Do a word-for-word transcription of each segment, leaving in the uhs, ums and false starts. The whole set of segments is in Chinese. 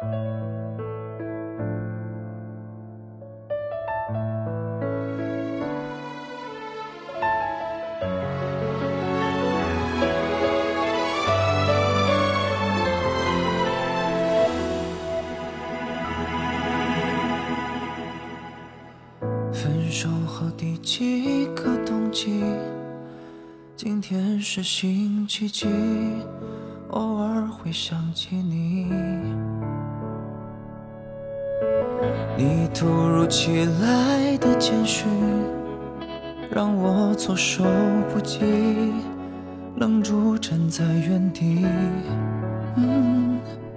分手后第几个冬季，今天是星期几，偶尔会想起你。你突如其来的简讯让我措手不及，愣住站在原地。嗯，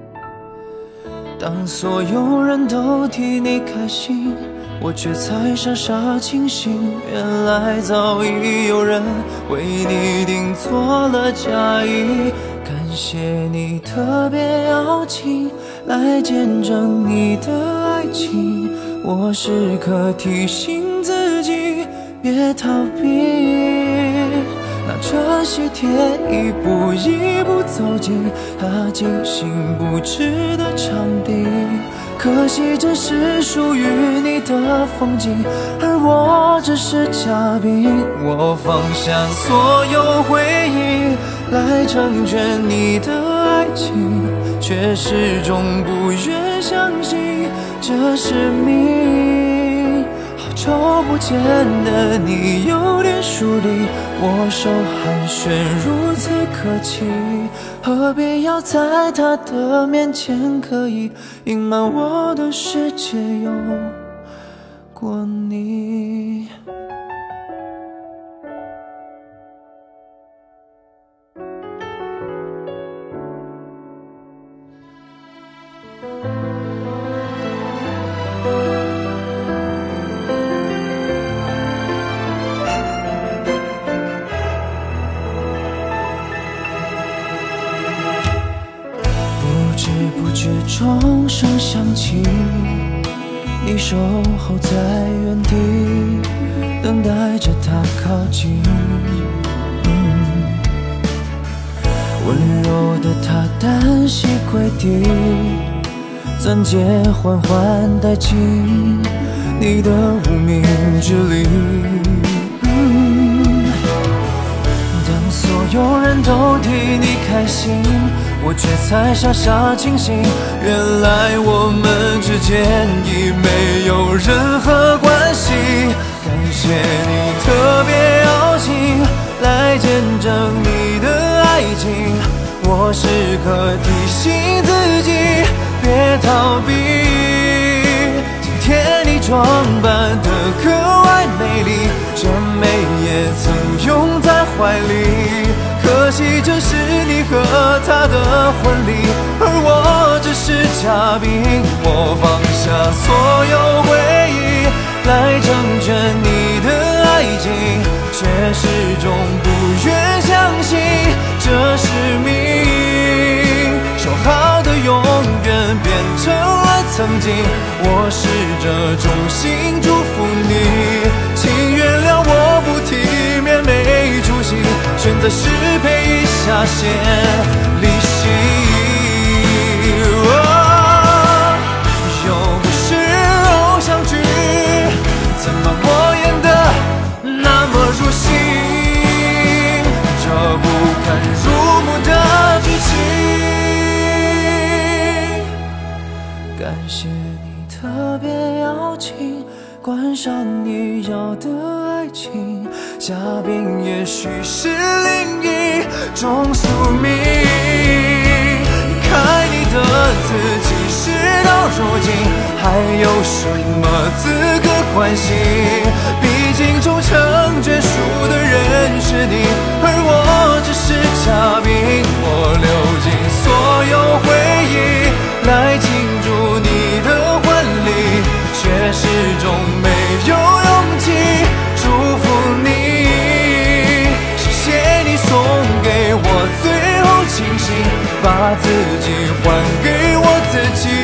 当所有人都替你开心，我却才傻傻清醒，原来早已有人为你订做了嫁衣。感谢你特别邀请来见证你的爱情，我时刻提醒自己别逃避，拿着喜帖一步一步走进他精心布置的场地。可惜这是属于你的风景，而我只是嘉宾。我放下所有回忆来成全你的爱情，却始终不愿相信这是命。好久不见的你有点疏离，握手寒暄如此客气，何必要在他的面前刻意隐瞒我的世界有过你。不知不觉钟声响起，你守候在原地，等待着他靠近。嗯，温柔的他单膝跪地，钻戒缓缓戴进你的无名指里。嗯，当所有人都替你开心，我却才傻傻清醒，原来我们之间已没有任何关系。感谢你特别邀请来见证你的爱情，我时刻提醒自己别逃避。今天你装扮得格外美丽，这美也曾拥在怀里，可惜这是你和他的婚礼，而我只是嘉宾。我放下所有回忆来成全你的爱情，却始终不愿相信这是命。说好的永远变成了曾经，我试着衷心祝福你，请原谅我不体面没出息，选择失陪一下先离席。哦，又不是偶像剧，怎么我演得那么入戏？这不堪入目的剧情。感谢你特别邀请，观赏你要的爱情，嘉宾也许是另一种宿命。离开你的自己，事到如今还有什么资格关心？毕竟终成眷属的人是你，而我只是嘉宾。我流尽所有回忆来庆祝你的婚礼，却始终没有勇气祝福你。谢谢你送给我最后清醒，把自己还给我自己。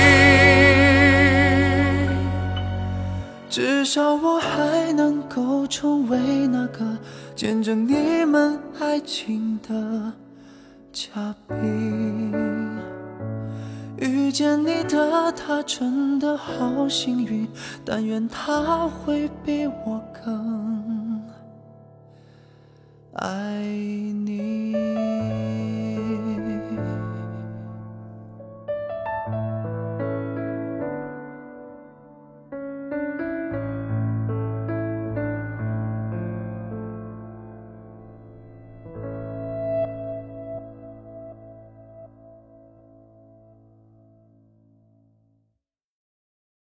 至少我还能够成为那个见证你们爱情的嘉宾。 遇见你的他真的好幸运，但愿他会比我更